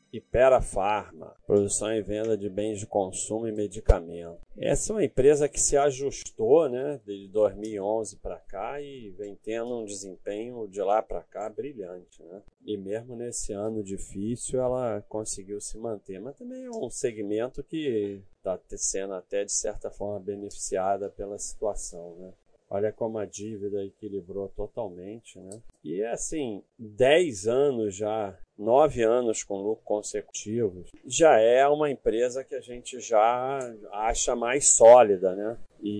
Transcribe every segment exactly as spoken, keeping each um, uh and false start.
Hypera Pharma, produção e venda de bens de consumo e medicamento. Essa é uma empresa que se ajustou, né, de dois mil e onze para cá e vem tendo um desempenho de lá para cá brilhante, né? E mesmo nesse ano difícil ela conseguiu se manter, mas também é um segmento que está sendo até de certa forma beneficiada pela situação, né? Olha como a dívida equilibrou totalmente, né? E assim, dez anos já, nove anos com lucro consecutivos, já é uma empresa que a gente já acha mais sólida, né?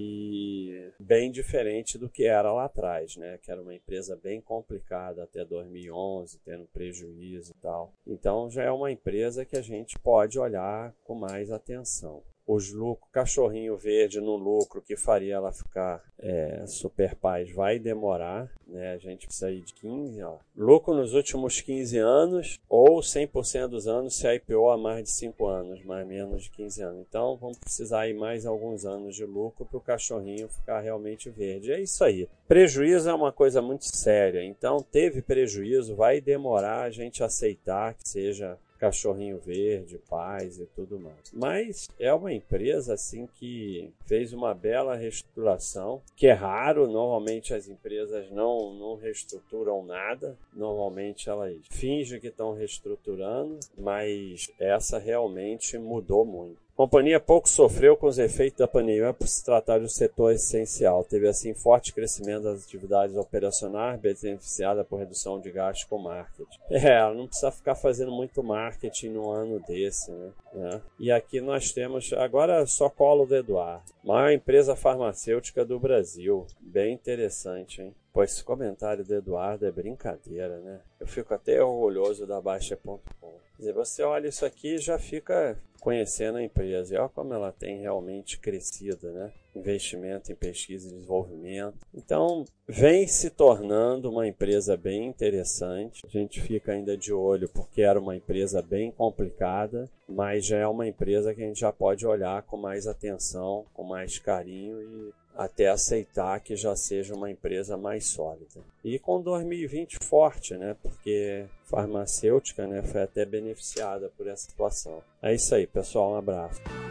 E bem diferente do que era lá atrás, né? Que era uma empresa bem complicada até dois mil e onze, tendo prejuízo e tal. Então já é uma empresa que a gente pode olhar com mais atenção. Os lucros, cachorrinho verde no lucro que faria ela ficar é, super paz vai demorar, né? A gente precisa ir de quinze, ó. Lucro nos últimos quinze anos ou cem por cento dos anos se a I P O há mais de cinco anos, mais menos de quinze anos. Então vamos precisar ir mais alguns anos de lucro para o cachorrinho ficar realmente verde. É isso aí. Prejuízo é uma coisa muito séria, então teve prejuízo, vai demorar a gente aceitar que seja cachorrinho verde, paz e tudo mais. Mas é uma empresa assim que fez uma bela reestruturação, que é raro, normalmente as empresas não, não reestruturam nada, normalmente elas fingem que estão reestruturando, mas essa realmente mudou muito. A companhia pouco sofreu com os efeitos da pandemia por se tratar de um setor essencial. Teve, assim, forte crescimento das atividades operacionais, beneficiada por redução de gastos com marketing. É, ela não precisa ficar fazendo muito marketing no ano desse, né? né? E aqui nós temos, agora só colo do Eduardo, maior empresa farmacêutica do Brasil. Bem interessante, hein? Pô, esse comentário do Eduardo é brincadeira, né? Eu fico até orgulhoso da Baixa ponto com. Quer dizer, você olha isso aqui e já fica conhecendo a empresa. E olha como ela tem realmente crescido, né? Investimento em pesquisa e desenvolvimento. Então, vem se tornando uma empresa bem interessante. A gente fica ainda de olho porque era uma empresa bem complicada, mas já é uma empresa que a gente já pode olhar com mais atenção, com mais carinho e até aceitar que já seja uma empresa mais sólida. E com dois mil e vinte forte, né? Porque farmacêutica, né, foi até beneficiada por essa situação. É isso aí, pessoal. Um abraço.